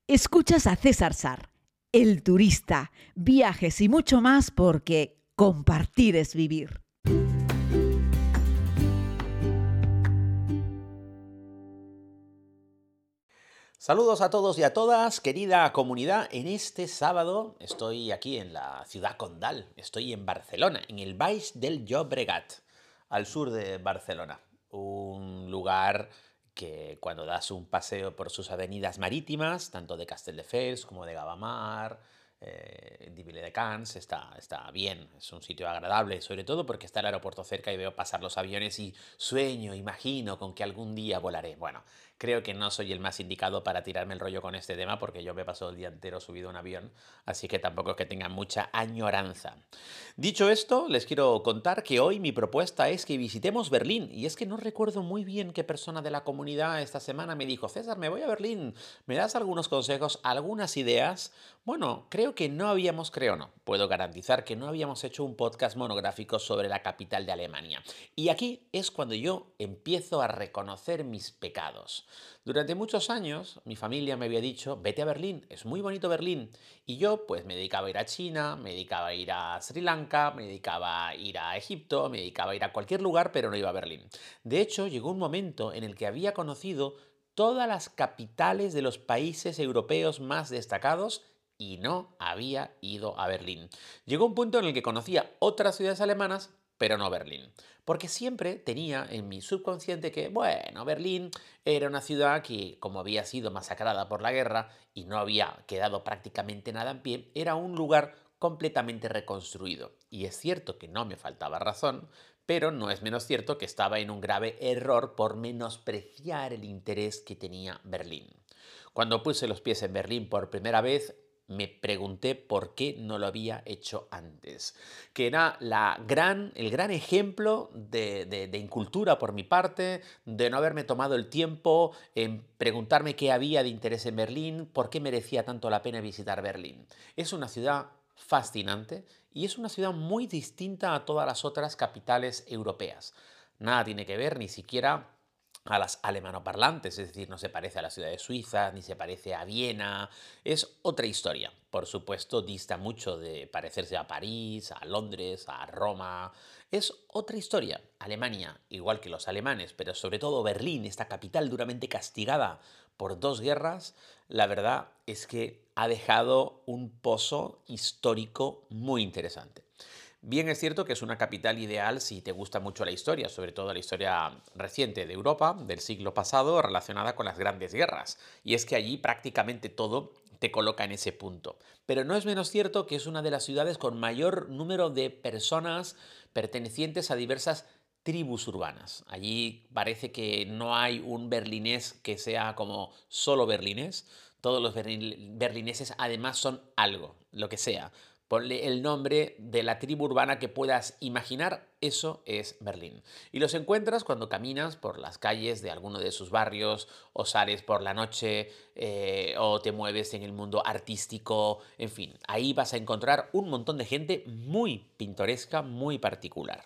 Escuchas a César Sar, el turista, viajes y mucho más porque compartir es vivir. Saludos a todos y a todas, querida comunidad. En este sábado estoy aquí en la ciudad condal, estoy en Barcelona, en el Baix del Llobregat, al sur de Barcelona. Un lugar que cuando das un paseo por sus avenidas marítimas, tanto de Castelldefels como de Gavamar, de Viladecans, está bien, es un sitio agradable, sobre todo porque está el aeropuerto cerca y veo pasar los aviones y sueño, imagino con que algún día volaré. Bueno, creo que no soy el más indicado para tirarme el rollo con este tema porque yo me paso el día entero subido a un avión, así que tampoco es que tenga mucha añoranza. Dicho esto, les quiero contar que hoy mi propuesta es que visitemos Berlín. Y es que no recuerdo muy bien qué persona de la comunidad esta semana me dijo: César, me voy a Berlín, ¿me das algunos consejos, algunas ideas? Bueno, creo no, puedo garantizar que no habíamos hecho un podcast monográfico sobre la capital de Alemania. Y aquí es cuando yo empiezo a reconocer mis pecados. Durante muchos años mi familia me había dicho: vete a Berlín, es muy bonito Berlín. Y yo pues me dedicaba a ir a China, me dedicaba a ir a Sri Lanka, me dedicaba a ir a Egipto, me dedicaba a ir a cualquier lugar, pero no iba a Berlín. De hecho, llegó un momento en el que había conocido todas las capitales de los países europeos más destacados y no había ido a Berlín. Llegó un punto en el que conocía otras ciudades alemanas, pero no Berlín. Porque siempre tenía en mi subconsciente que, bueno, Berlín era una ciudad que, como había sido masacrada por la guerra y no había quedado prácticamente nada en pie, era un lugar completamente reconstruido. Y es cierto que no me faltaba razón, pero no es menos cierto que estaba en un grave error por menospreciar el interés que tenía Berlín. Cuando puse los pies en Berlín por primera vez, me pregunté por qué no lo había hecho antes. Que era el gran ejemplo de incultura por mi parte, de no haberme tomado el tiempo en preguntarme qué había de interés en Berlín, por qué merecía tanto la pena visitar Berlín. Es una ciudad fascinante y es una ciudad muy distinta a todas las otras capitales europeas. Nada tiene que ver ni siquiera a las alemanoparlantes, es decir, no se parece a la ciudad de Suiza, ni se parece a Viena, es otra historia. Por supuesto, dista mucho de parecerse a París, a Londres, a Roma, es otra historia. Alemania, igual que los alemanes, pero sobre todo Berlín, esta capital duramente castigada por dos guerras, la verdad es que ha dejado un pozo histórico muy interesante. Bien es cierto que es una capital ideal si te gusta mucho la historia, sobre todo la historia reciente de Europa, del siglo pasado, relacionada con las grandes guerras. Y es que allí prácticamente todo te coloca en ese punto. Pero no es menos cierto que es una de las ciudades con mayor número de personas pertenecientes a diversas tribus urbanas. Allí parece que no hay un berlinés que sea como solo berlinés. Todos los berlineses además son algo, lo que sea. Ponle el nombre de la tribu urbana que puedas imaginar, eso es Berlín. Y los encuentras cuando caminas por las calles de alguno de sus barrios, o sales por la noche, o te mueves en el mundo artístico, en fin, ahí vas a encontrar un montón de gente muy pintoresca, muy particular.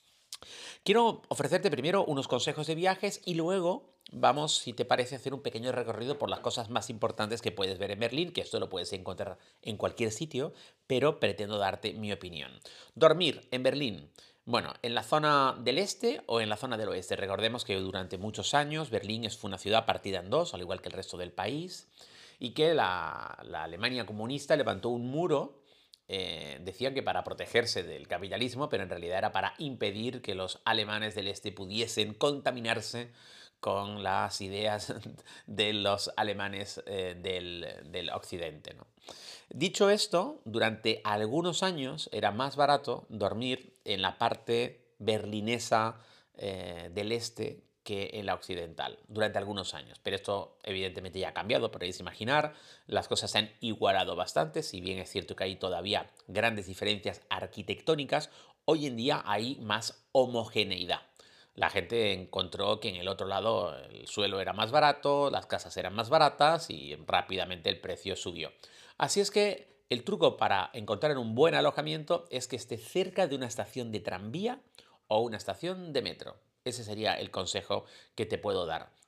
Quiero ofrecerte primero unos consejos de viajes y luego vamos, si te parece, a hacer un pequeño recorrido por las cosas más importantes que puedes ver en Berlín, que esto lo puedes encontrar en cualquier sitio, pero pretendo darte mi opinión. Dormir en Berlín. Bueno, en la zona del este o en la zona del oeste. Recordemos que durante muchos años Berlín fue una ciudad partida en dos, al igual que el resto del país, y que la Alemania comunista levantó un muro. Decían que para protegerse del capitalismo, pero en realidad era para impedir que los alemanes del este pudiesen contaminarse con las ideas de los alemanes del occidente, ¿no? Dicho esto, durante algunos años era más barato dormir en la parte berlinesa del este que en la occidental, durante algunos años. Pero esto evidentemente ya ha cambiado, podéis imaginar, las cosas se han igualado bastante, si bien es cierto que hay todavía grandes diferencias arquitectónicas, hoy en día hay más homogeneidad. La gente encontró que en el otro lado el suelo era más barato, las casas eran más baratas y rápidamente el precio subió. Así es que el truco para encontrar un buen alojamiento es que esté cerca de una estación de tranvía o una estación de metro. Ese sería el consejo que te puedo dar.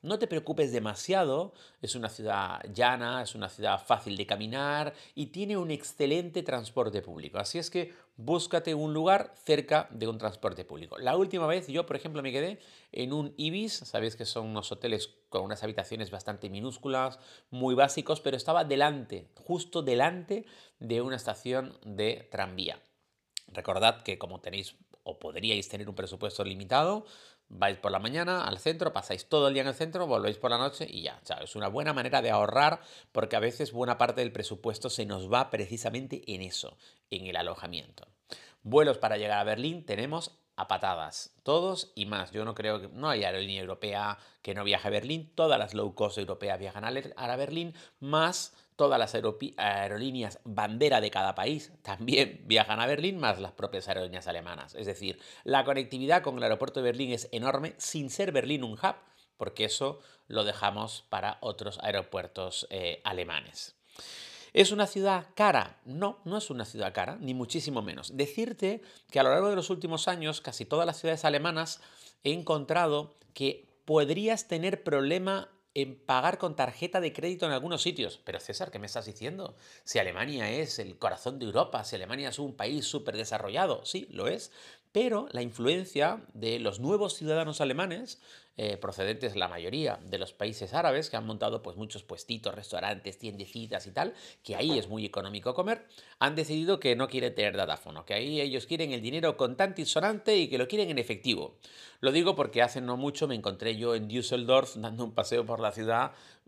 No te preocupes demasiado, es una ciudad llana, es una ciudad fácil de caminar y tiene un excelente transporte público. Así es que búscate un lugar cerca de un transporte público. La última vez yo, por ejemplo, me quedé en un Ibis, sabéis que son unos hoteles con unas habitaciones bastante minúsculas, muy básicos, pero estaba delante, justo delante de una estación de tranvía. Recordad que como tenéis o podríais tener un presupuesto limitado, vais por la mañana al centro, pasáis todo el día en el centro, volvéis por la noche y ya. O sea, es una buena manera de ahorrar porque a veces buena parte del presupuesto se nos va precisamente en eso, en el alojamiento. Vuelos para llegar a Berlín tenemos a patadas, todos y más. Yo no creo que no hay aerolínea europea que no viaje a Berlín, todas las low cost europeas viajan a Berlín, más todas las aerolíneas bandera de cada país también viajan a Berlín, más las propias aerolíneas alemanas. Es decir, la conectividad con el aeropuerto de Berlín es enorme, sin ser Berlín un hub, porque eso lo dejamos para otros aeropuertos alemanes. ¿Es una ciudad cara? No, no es una ciudad cara, ni muchísimo menos. Decirte que a lo largo de los últimos años, casi todas las ciudades alemanas he encontrado que podrías tener problema en pagar con tarjeta de crédito en algunos sitios. Pero César, ¿qué me estás diciendo? Si Alemania es el corazón de Europa, si Alemania es un país súper desarrollado, sí, lo es, pero la influencia de los nuevos ciudadanos alemanes, procedentes la mayoría de los países árabes, que han montado pues muchos puestitos, restaurantes, tiendecitas y tal, que ahí es muy económico comer, han decidido que no quieren tener datáfono, que ahí ellos quieren el dinero contante y sonante y que lo quieren en efectivo. Lo digo porque hace no mucho me encontré yo en Düsseldorf dando un paseo por la ciudad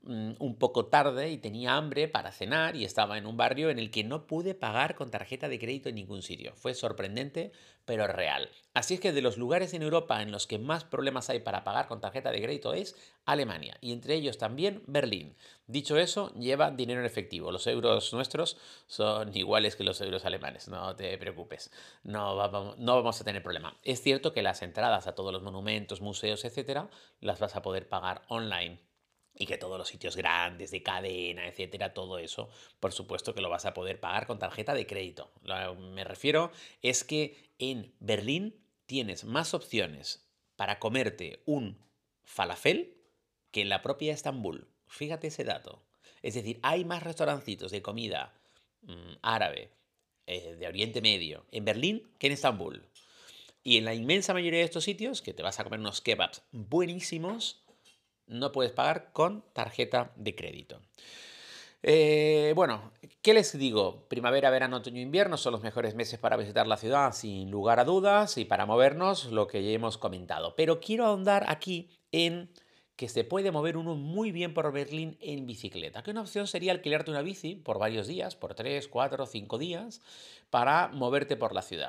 un poco tarde y tenía hambre para cenar y estaba en un barrio en el que no pude pagar con tarjeta de crédito en ningún sitio. Fue sorprendente, pero real. Así es que de los lugares en Europa en los que más problemas hay para pagar con tarjeta de crédito es Alemania y entre ellos también Berlín. Dicho eso, lleva dinero en efectivo. Los euros nuestros son iguales que los euros alemanes, no te preocupes, no vamos a tener problema. Es cierto que las entradas a todos los monumentos, museos, etcétera, las vas a poder pagar online. Y que todos los sitios grandes, de cadena, etcétera, todo eso, por supuesto que lo vas a poder pagar con tarjeta de crédito. Lo que me refiero es que en Berlín tienes más opciones para comerte un falafel que en la propia Estambul. Fíjate ese dato. Es decir, hay más restaurancitos de comida árabe, de Oriente Medio, en Berlín que en Estambul. Y en la inmensa mayoría de estos sitios, que te vas a comer unos kebabs buenísimos, no puedes pagar con tarjeta de crédito. Bueno, ¿qué les digo? Primavera, verano, otoño, invierno son los mejores meses para visitar la ciudad, sin lugar a dudas, y para movernos, lo que ya hemos comentado. Pero quiero ahondar aquí en que se puede mover uno muy bien por Berlín en bicicleta. Que una opción sería alquilarte una bici por varios días, por 3, 4, 5 días, para moverte por la ciudad.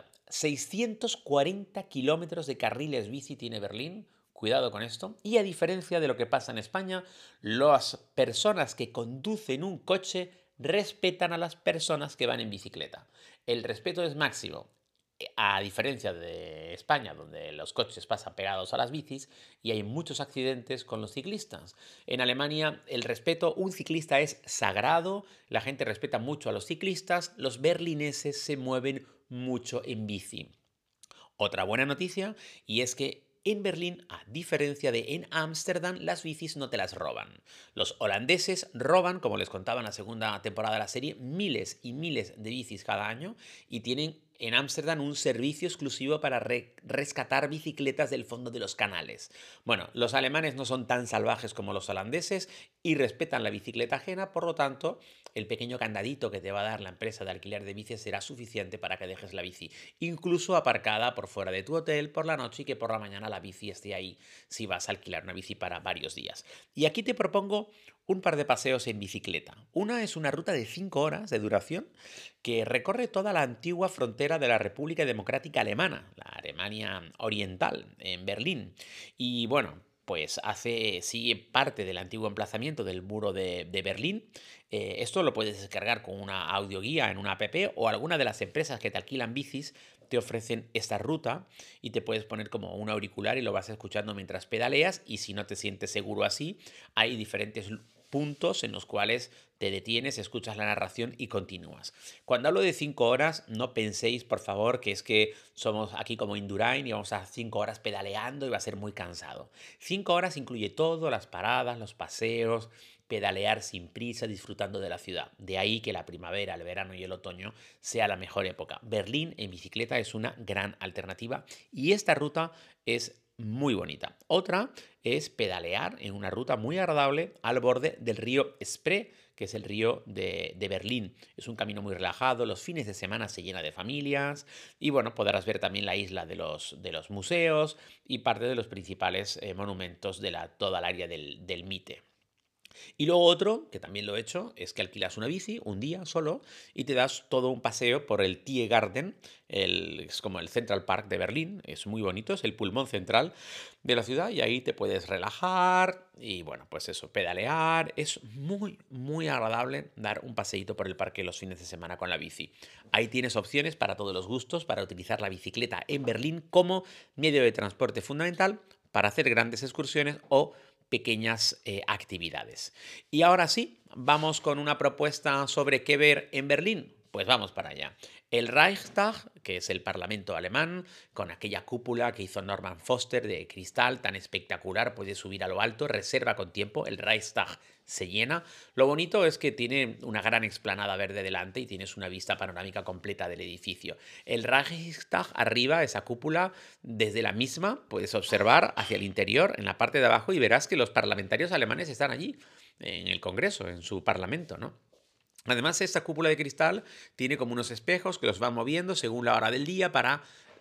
640 kilómetros de carriles bici tiene Berlín. Cuidado con esto. Y a diferencia de lo que pasa en España, las personas que conducen un coche respetan a las personas que van en bicicleta. El respeto es máximo. A diferencia de España, donde los coches pasan pegados a las bicis y hay muchos accidentes con los ciclistas. En Alemania el respeto, un ciclista es sagrado, la gente respeta mucho a los ciclistas, los berlineses se mueven mucho en bici. Otra buena noticia y es que en Berlín, a diferencia de en Ámsterdam, las bicis no te las roban. Los holandeses roban, como les contaba en la segunda temporada de la serie, miles y miles de bicis cada año y tienen en Ámsterdam un servicio exclusivo para rescatar bicicletas del fondo de los canales. Bueno, los alemanes no son tan salvajes como los holandeses y respetan la bicicleta ajena, por lo tanto, el pequeño candadito que te va a dar la empresa de alquiler de bicis será suficiente para que dejes la bici, incluso aparcada por fuera de tu hotel por la noche y que por la mañana la bici esté ahí si vas a alquilar una bici para varios días. Y aquí te propongo un par de paseos en bicicleta. Una es una ruta de 5 horas de duración que recorre toda la antigua frontera de la República Democrática Alemana, la Alemania Oriental, en Berlín. Y bueno, pues sigue parte del antiguo emplazamiento del muro de Berlín. Esto lo puedes descargar con una audioguía en una app o alguna de las empresas que te alquilan bicis te ofrecen esta ruta y te puedes poner como un auricular y lo vas escuchando mientras pedaleas y si no te sientes seguro así, hay diferentes puntos en los cuales te detienes, escuchas la narración y continúas. Cuando hablo de 5 horas, no penséis, por favor, que es que somos aquí como Indurain y vamos a 5 horas pedaleando y va a ser muy cansado. 5 horas incluye todo, las paradas, los paseos, pedalear sin prisa, disfrutando de la ciudad. De ahí que la primavera, el verano y el otoño sea la mejor época. Berlín en bicicleta es una gran alternativa y esta ruta es muy bonita. Otra es pedalear en una ruta muy agradable al borde del río Spree, que es el río de Berlín. Es un camino muy relajado, los fines de semana se llena de familias y bueno, podrás ver también la isla de los museos y parte de los principales monumentos de toda el área del Mitte. Y luego otro, que también lo he hecho, es que alquilas una bici un día solo y te das todo un paseo por el Tiergarten, es como el Central Park de Berlín, es muy bonito, es el pulmón central de la ciudad y ahí te puedes relajar y bueno, pues eso, pedalear, es muy, muy agradable dar un paseíto por el parque los fines de semana con la bici. Ahí tienes opciones para todos los gustos, para utilizar la bicicleta en Berlín como medio de transporte fundamental para hacer grandes excursiones o pequeñas actividades. Y ahora sí, vamos con una propuesta sobre qué ver en Berlín. Pues vamos para allá. El Reichstag, que es el Parlamento alemán, con aquella cúpula que hizo Norman Foster de cristal tan espectacular, puedes subir a lo alto, reserva con tiempo, el Reichstag se llena. Lo bonito es que tiene una gran explanada verde delante y tienes una vista panorámica completa del edificio. El Reichstag arriba, esa cúpula, desde la misma puedes observar hacia el interior, en la parte de abajo, y verás que los parlamentarios alemanes están allí, en el Congreso, en su parlamento, ¿no? Además, esta cúpula de cristal tiene como unos espejos que los van moviendo según la hora del día para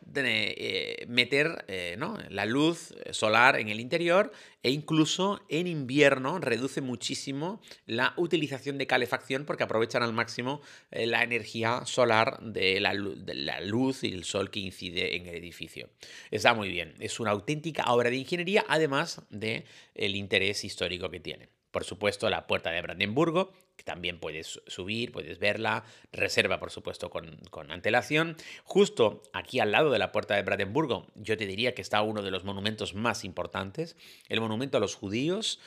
meter ¿no? la luz solar en el interior e incluso en invierno reduce muchísimo la utilización de calefacción porque aprovechan al máximo la energía solar de la luz y el sol que incide en el edificio. Está muy bien, es una auténtica obra de ingeniería además del interés histórico que tiene. Por supuesto, la Puerta de Brandenburgo, que también puedes subir, puedes verla, reserva por supuesto con antelación. Justo aquí al lado de la Puerta de Brandenburgo, yo te diría que está uno de los monumentos más importantes, el monumento a los judíos,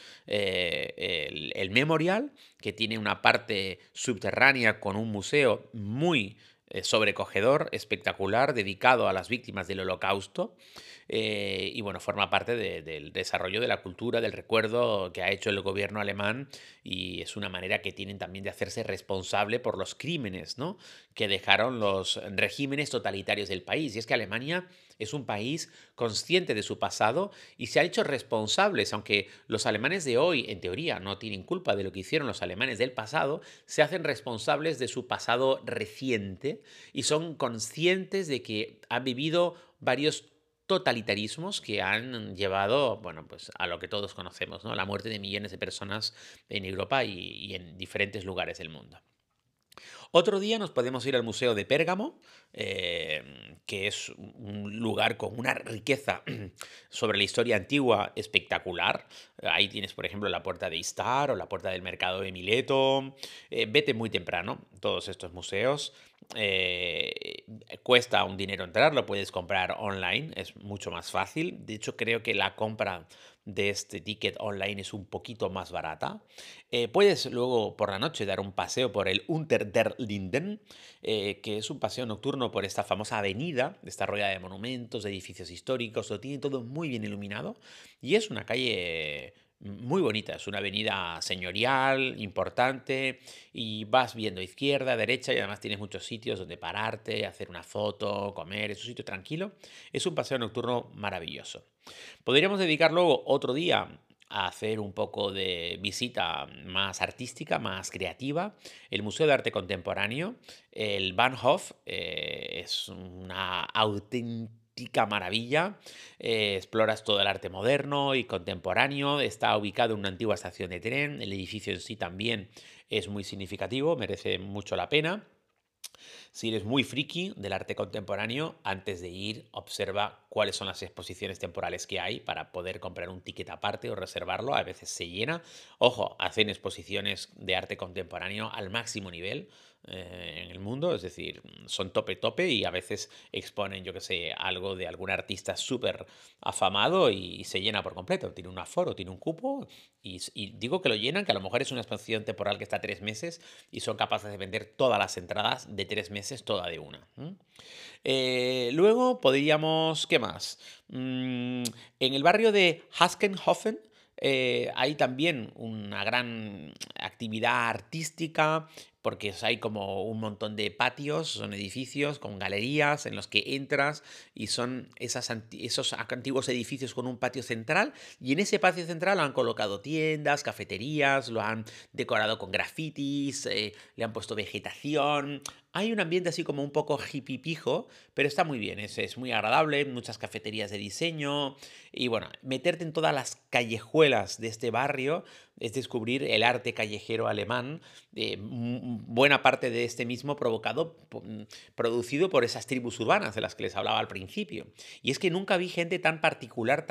el Memorial, que tiene una parte subterránea con un museo muy sobrecogedor, espectacular, dedicado a las víctimas del Holocausto. Y bueno, forma parte del desarrollo de la cultura, del recuerdo que ha hecho el gobierno alemán y es una manera que tienen también de hacerse responsable por los crímenes, ¿no? Que dejaron los regímenes totalitarios del país. Y es que Alemania es un país consciente de su pasado y se ha hecho responsables, aunque los alemanes de hoy, en teoría, no tienen culpa de lo que hicieron los alemanes del pasado, se hacen responsables de su pasado reciente y son conscientes de que han vivido varios totalitarismos que han llevado, bueno, pues a lo que todos conocemos, ¿no? La muerte de millones de personas en Europa y en diferentes lugares del mundo. Otro día nos podemos ir al Museo de Pérgamo, que es un lugar con una riqueza sobre la historia antigua espectacular. Ahí tienes, por ejemplo, la Puerta de Istar o la Puerta del Mercado de Mileto. Vete muy temprano, todos estos museos. Cuesta un dinero entrar, lo puedes comprar online, es mucho más fácil. De hecho, creo que la compra de este ticket online es un poquito más barata. Puedes luego por la noche dar un paseo por el Unter der Linden, que es un paseo nocturno por esta famosa avenida, está rodeada de monumentos, de edificios históricos, lo tiene todo muy bien iluminado y es una calle muy bonita, es una avenida señorial, importante, y vas viendo izquierda, derecha, y además tienes muchos sitios donde pararte, hacer una foto, comer, es un sitio tranquilo. Es un paseo nocturno maravilloso. Podríamos dedicar luego otro día a hacer un poco de visita más artística, más creativa. El Museo de Arte Contemporáneo, el Bahnhof, es una auténtica maravilla. Exploras todo el arte moderno y contemporáneo. Está ubicado en una antigua estación de tren. El edificio en sí también es muy significativo, merece mucho la pena. Si eres muy friki del arte contemporáneo, antes de ir, observa cuáles son las exposiciones temporales que hay para poder comprar un ticket aparte o reservarlo. A veces se llena. Ojo, hacen exposiciones de arte contemporáneo al máximo nivel en el mundo, es decir, son tope y a veces exponen, yo que sé, algo de algún artista súper afamado y se llena por completo. Tiene un aforo, tiene un cupo y digo que lo llenan, que a lo mejor es una exposición temporal que está 3 meses y son capaces de vender todas las entradas de 3 meses, toda de una. Luego podríamos, ¿qué más? En el barrio de Haskenhofen hay también una gran actividad artística porque hay como un montón de patios, son edificios con galerías en los que entras y son esos antiguos edificios con un patio central y en ese patio central han colocado tiendas, cafeterías, lo han decorado con grafitis, le han puesto vegetación. Hay un ambiente así como un poco hippie pijo, pero está muy bien, es muy agradable, muchas cafeterías de diseño y bueno, meterte en todas las callejuelas de este barrio es descubrir el arte callejero alemán, buena parte de este mismo producido por esas tribus urbanas de las que les hablaba al principio. Y es que nunca vi gente tan particular,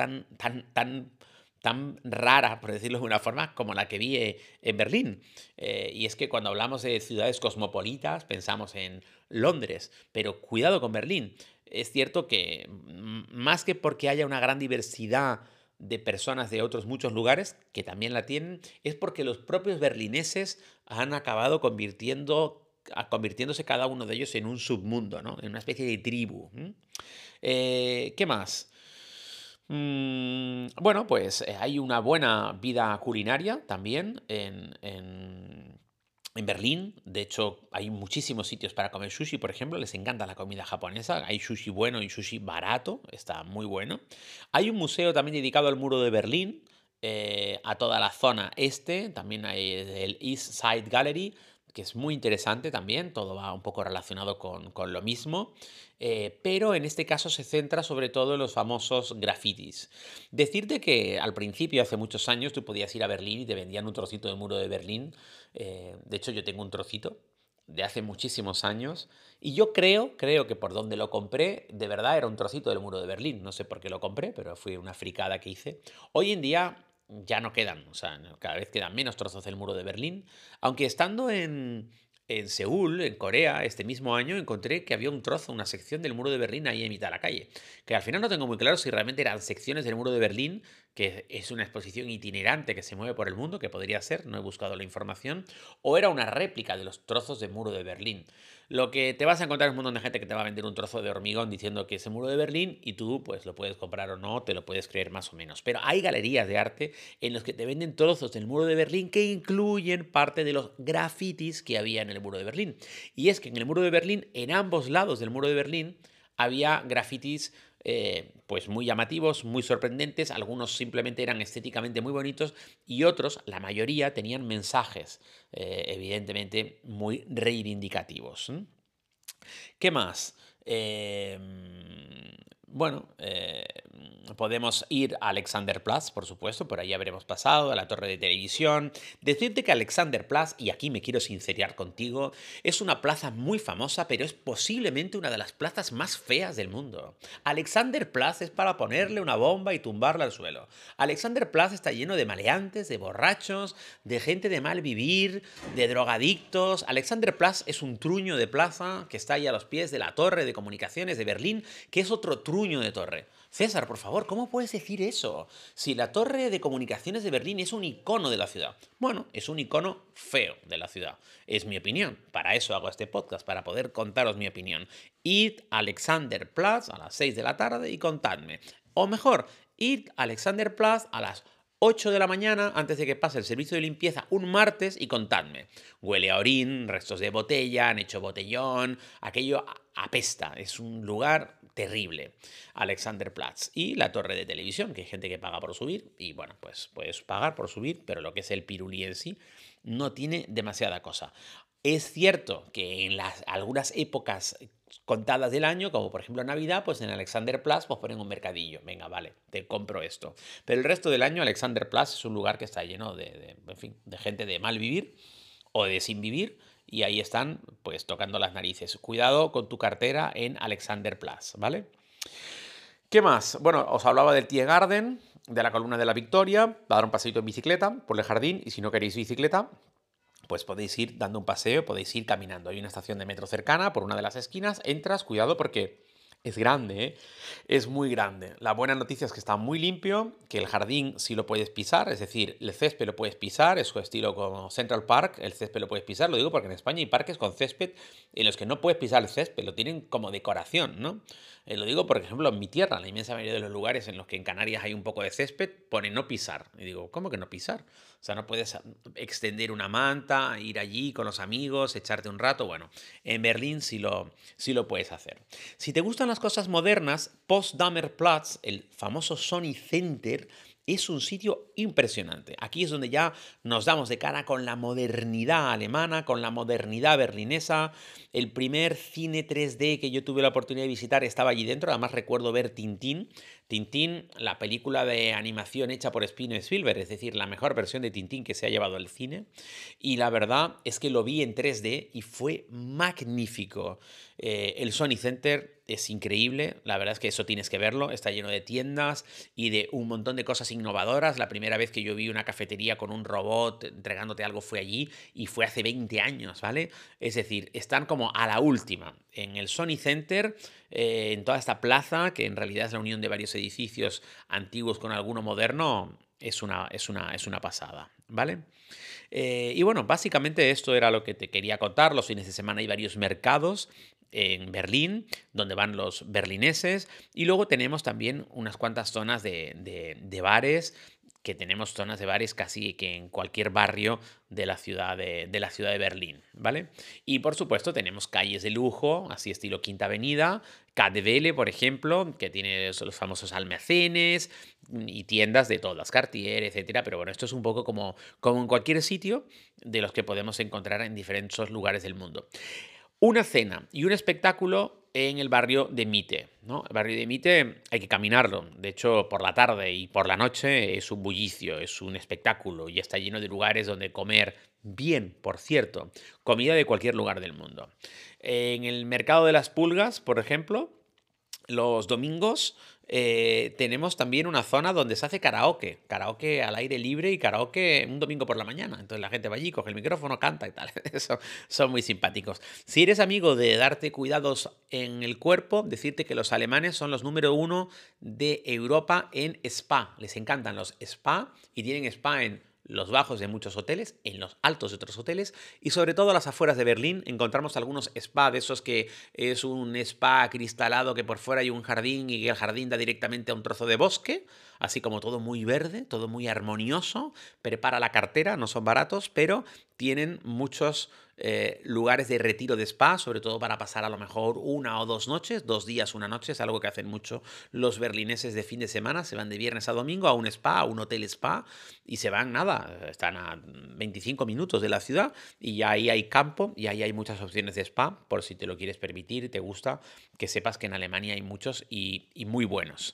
tan rara, por decirlo de una forma, como la que vi en Berlín. Y es que cuando hablamos de ciudades cosmopolitas pensamos en Londres, pero cuidado con Berlín. Es cierto que más que porque haya una gran diversidad de personas de otros muchos lugares, que también la tienen, es porque los propios berlineses han acabado convirtiéndose cada uno de ellos en un submundo, ¿no? En una especie de tribu. ¿Qué más? Bueno, pues hay una buena vida culinaria también en Berlín. De hecho, hay muchísimos sitios para comer sushi, por ejemplo. Les encanta la comida japonesa. Hay sushi bueno y sushi barato. Está muy bueno. Hay un museo también dedicado al muro de Berlín, a toda la zona este. También hay el East Side Gallery, que es muy interesante también. Todo va un poco relacionado con lo mismo. Pero en este caso se centra sobre todo en los famosos grafitis. Decirte que al principio, hace muchos años, tú podías ir a Berlín y te vendían un trocito de muro de Berlín. De hecho, yo tengo un trocito de hace muchísimos años y yo creo que por donde lo compré, de verdad era un trocito del muro de Berlín. No sé por qué lo compré, pero fue una fricada que hice. Hoy en día ya no quedan, o sea, cada vez quedan menos trozos del muro de Berlín, aunque estando en Seúl, en Corea, este mismo año encontré que había un trozo, una sección del muro de Berlín ahí en mitad de la calle. Que al final no tengo muy claro si realmente eran secciones del muro de Berlín, que es una exposición itinerante que se mueve por el mundo, que podría ser, no he buscado la información, o era una réplica de los trozos del muro de Berlín. Lo que te vas a encontrar es un montón de gente que te va a vender un trozo de hormigón diciendo que es el muro de Berlín y tú pues lo puedes comprar o no, te lo puedes creer más o menos. Pero hay galerías de arte en los que te venden trozos del muro de Berlín que incluyen parte de los grafitis que había en el muro de Berlín. Y es que en el muro de Berlín, en ambos lados del muro de Berlín, había grafitis pues muy llamativos, muy sorprendentes. Algunos simplemente eran estéticamente muy bonitos y otros, la mayoría, tenían mensajes evidentemente muy reivindicativos. ¿Qué más? Bueno, podemos ir a Alexanderplatz, por supuesto, por ahí habremos pasado, a la torre de televisión. Decirte que Alexanderplatz, y aquí me quiero sincerar contigo, es una plaza muy famosa, pero es posiblemente una de las plazas más feas del mundo. Alexanderplatz es para ponerle una bomba y tumbarla al suelo. Alexanderplatz está lleno de maleantes, de borrachos, de gente de mal vivir, de drogadictos. Alexanderplatz es un truño de plaza que está ahí a los pies de la torre de comunicaciones de Berlín, que es otro truño de torre. César, por favor, ¿cómo puedes decir eso? Si la torre de comunicaciones de Berlín es un icono de la ciudad. Bueno, es un icono feo de la ciudad. Es mi opinión. Para eso hago este podcast, para poder contaros mi opinión. Id a Alexanderplatz a las 6 de la tarde y contadme. O mejor, id a Alexanderplatz a las 8 de la mañana antes de que pase el servicio de limpieza un martes y contadme. Huele a orín, restos de botella, han hecho botellón, aquello apesta, es un lugar terrible. Alexanderplatz y la torre de televisión, que hay gente que paga por subir y bueno, pues puedes pagar por subir, pero lo que es el pirulí en sí no tiene demasiada cosa. Es cierto que en algunas épocas contadas del año, como por ejemplo Navidad, pues en Alexanderplatz pues ponen un mercadillo. Venga, vale, te compro esto. Pero el resto del año Alexanderplatz es un lugar que está lleno en fin, de gente de mal vivir o de sin vivir y ahí están pues tocando las narices. Cuidado con tu cartera en Alexanderplatz, ¿vale? ¿Qué más? Bueno, os hablaba del Tiergarten, de la Columna de la Victoria, dar un paseito en bicicleta por el jardín, y si no queréis bicicleta, pues podéis ir dando un paseo, podéis ir caminando. Hay una estación de metro cercana, por una de las esquinas, entras, cuidado porque es grande, ¿eh? Es muy grande. La buena noticia es que está muy limpio, que el jardín sí lo puedes pisar, es decir, el césped lo puedes pisar, es su estilo como Central Park, el césped lo puedes pisar, lo digo porque en España hay parques con césped en los que no puedes pisar el césped, lo tienen como decoración, ¿no? Lo digo, por ejemplo, en mi tierra, en la inmensa mayoría de los lugares en los que en Canarias hay un poco de césped, pone no pisar. Y digo, ¿cómo que no pisar? O sea, no puedes extender una manta, ir allí con los amigos, echarte un rato. Bueno, en Berlín sí lo puedes hacer. Si te gustan las cosas modernas, Potsdamer Platz, el famoso Sony Center, es un sitio impresionante. Aquí es donde ya nos damos de cara con la modernidad alemana, con la modernidad berlinesa. El primer cine 3D que yo tuve la oportunidad de visitar estaba allí dentro. Además recuerdo ver Tintín. Tintín, la película de animación hecha por Steven Spielberg, es decir, la mejor versión de Tintín que se ha llevado al cine. Y la verdad es que lo vi en 3D y fue magnífico. El Sony Center es increíble, la verdad es que eso tienes que verlo, está lleno de tiendas y de un montón de cosas innovadoras. La primera vez que yo vi una cafetería con un robot entregándote algo fue allí y fue hace 20 años, ¿vale? Es decir, están como a la última. En el Sony Center, en toda esta plaza, que en realidad es la unión de varios edificios antiguos con alguno moderno, es una pasada, ¿vale? Y bueno, básicamente esto era lo que te quería contar. Los fines de semana hay varios mercados en Berlín, donde van los berlineses, y luego tenemos también unas cuantas zonas de bares, que tenemos zonas de bares casi que en cualquier barrio de la ciudad de Berlín, ¿vale? Y por supuesto tenemos calles de lujo, así estilo Quinta Avenida, Cadevele, por ejemplo, que tiene los famosos almacenes y tiendas de todas, Cartier, etcétera. Pero bueno, esto es un poco como en cualquier sitio de los que podemos encontrar en diferentes lugares del mundo. Una cena y un espectáculo en el barrio de Mitte, ¿no? El barrio de Mitte hay que caminarlo. De hecho, por la tarde y por la noche es un bullicio, es un espectáculo y está lleno de lugares donde comer bien, por cierto, comida de cualquier lugar del mundo. En el mercado de las pulgas, por ejemplo, los domingos tenemos también una zona donde se hace karaoke, karaoke al aire libre y karaoke un domingo por la mañana. Entonces la gente va allí, coge el micrófono, canta y tal. Eso son muy simpáticos. Si eres amigo de darte cuidados en el cuerpo, decirte que los alemanes son los número uno de Europa en spa. Les encantan los spa y tienen spa en los bajos de muchos hoteles, en los altos de otros hoteles y sobre todo a las afueras de Berlín encontramos algunos spa de esos que es un spa acristalado que por fuera hay un jardín y el jardín da directamente a un trozo de bosque, así como todo muy verde, todo muy armonioso, prepara la cartera, no son baratos, pero tienen muchos lugares de retiro de spa, sobre todo para pasar a lo mejor 1 o 2 noches, 2 días, una noche, es algo que hacen mucho los berlineses de fin de semana, se van de viernes a domingo a un spa, a un hotel spa, y se van, nada, están a 25 minutos de la ciudad, y ya ahí hay campo, y ahí hay muchas opciones de spa, por si te lo quieres permitir y te gusta, que sepas que en Alemania hay muchos y muy buenos.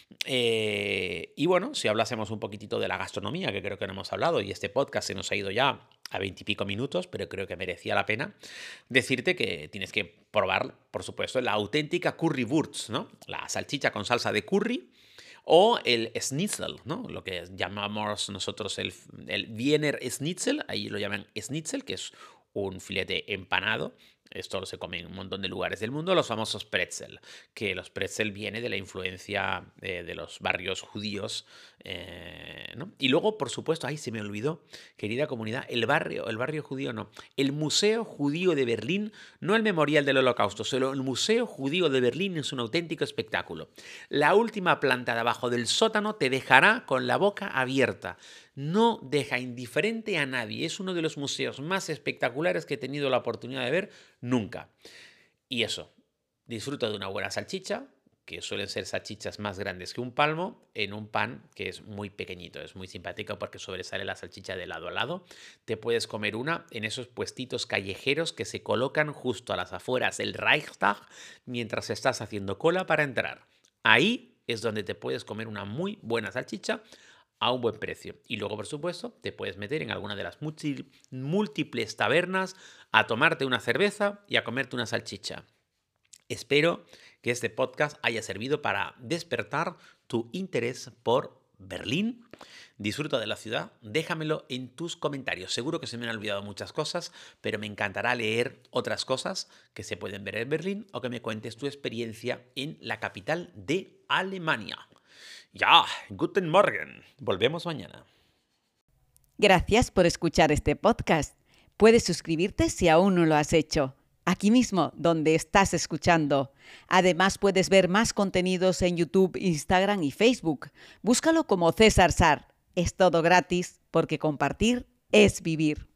Y bueno, si hablásemos un poquitito de la gastronomía, que creo que no hemos hablado, y este podcast se nos ha ido ya a 20 y pico minutos, pero creo que merecía la pena decirte que tienes que probar, por supuesto, la auténtica Currywurst, ¿no? La salchicha con salsa de curry o el Schnitzel, ¿no? Lo que llamamos nosotros el Wiener Schnitzel, ahí lo llaman Schnitzel, que es un filete empanado. Esto se come en un montón de lugares del mundo, los famosos pretzel, que los pretzel viene de la influencia de los barrios judíos, ¿no? Y luego, por supuesto, ahí se me olvidó, querida comunidad, el barrio judío no, el Museo Judío de Berlín, no el Memorial del Holocausto, solo el Museo Judío de Berlín es un auténtico espectáculo. La última planta de abajo del sótano te dejará con la boca abierta. No deja indiferente a nadie. Es uno de los museos más espectaculares que he tenido la oportunidad de ver nunca. Y eso, disfruta de una buena salchicha, que suelen ser salchichas más grandes que un palmo, en un pan que es muy pequeñito. Es muy simpático porque sobresale la salchicha de lado a lado. Te puedes comer una en esos puestitos callejeros que se colocan justo a las afueras del Reichstag mientras estás haciendo cola para entrar. Ahí es donde te puedes comer una muy buena salchicha a un buen precio. Y luego, por supuesto, te puedes meter en alguna de las múltiples tabernas a tomarte una cerveza y a comerte una salchicha. Espero que este podcast haya servido para despertar tu interés por Berlín. Disfruta de la ciudad, déjamelo en tus comentarios. Seguro que se me han olvidado muchas cosas, pero me encantará leer otras cosas que se pueden ver en Berlín o que me cuentes tu experiencia en la capital de Alemania. Ya, guten Morgen. Volvemos mañana. Gracias por escuchar este podcast. Puedes suscribirte si aún no lo has hecho, aquí mismo donde estás escuchando. Además puedes ver más contenidos en YouTube, Instagram y Facebook. Búscalo como César Sar. Es todo gratis porque compartir es vivir.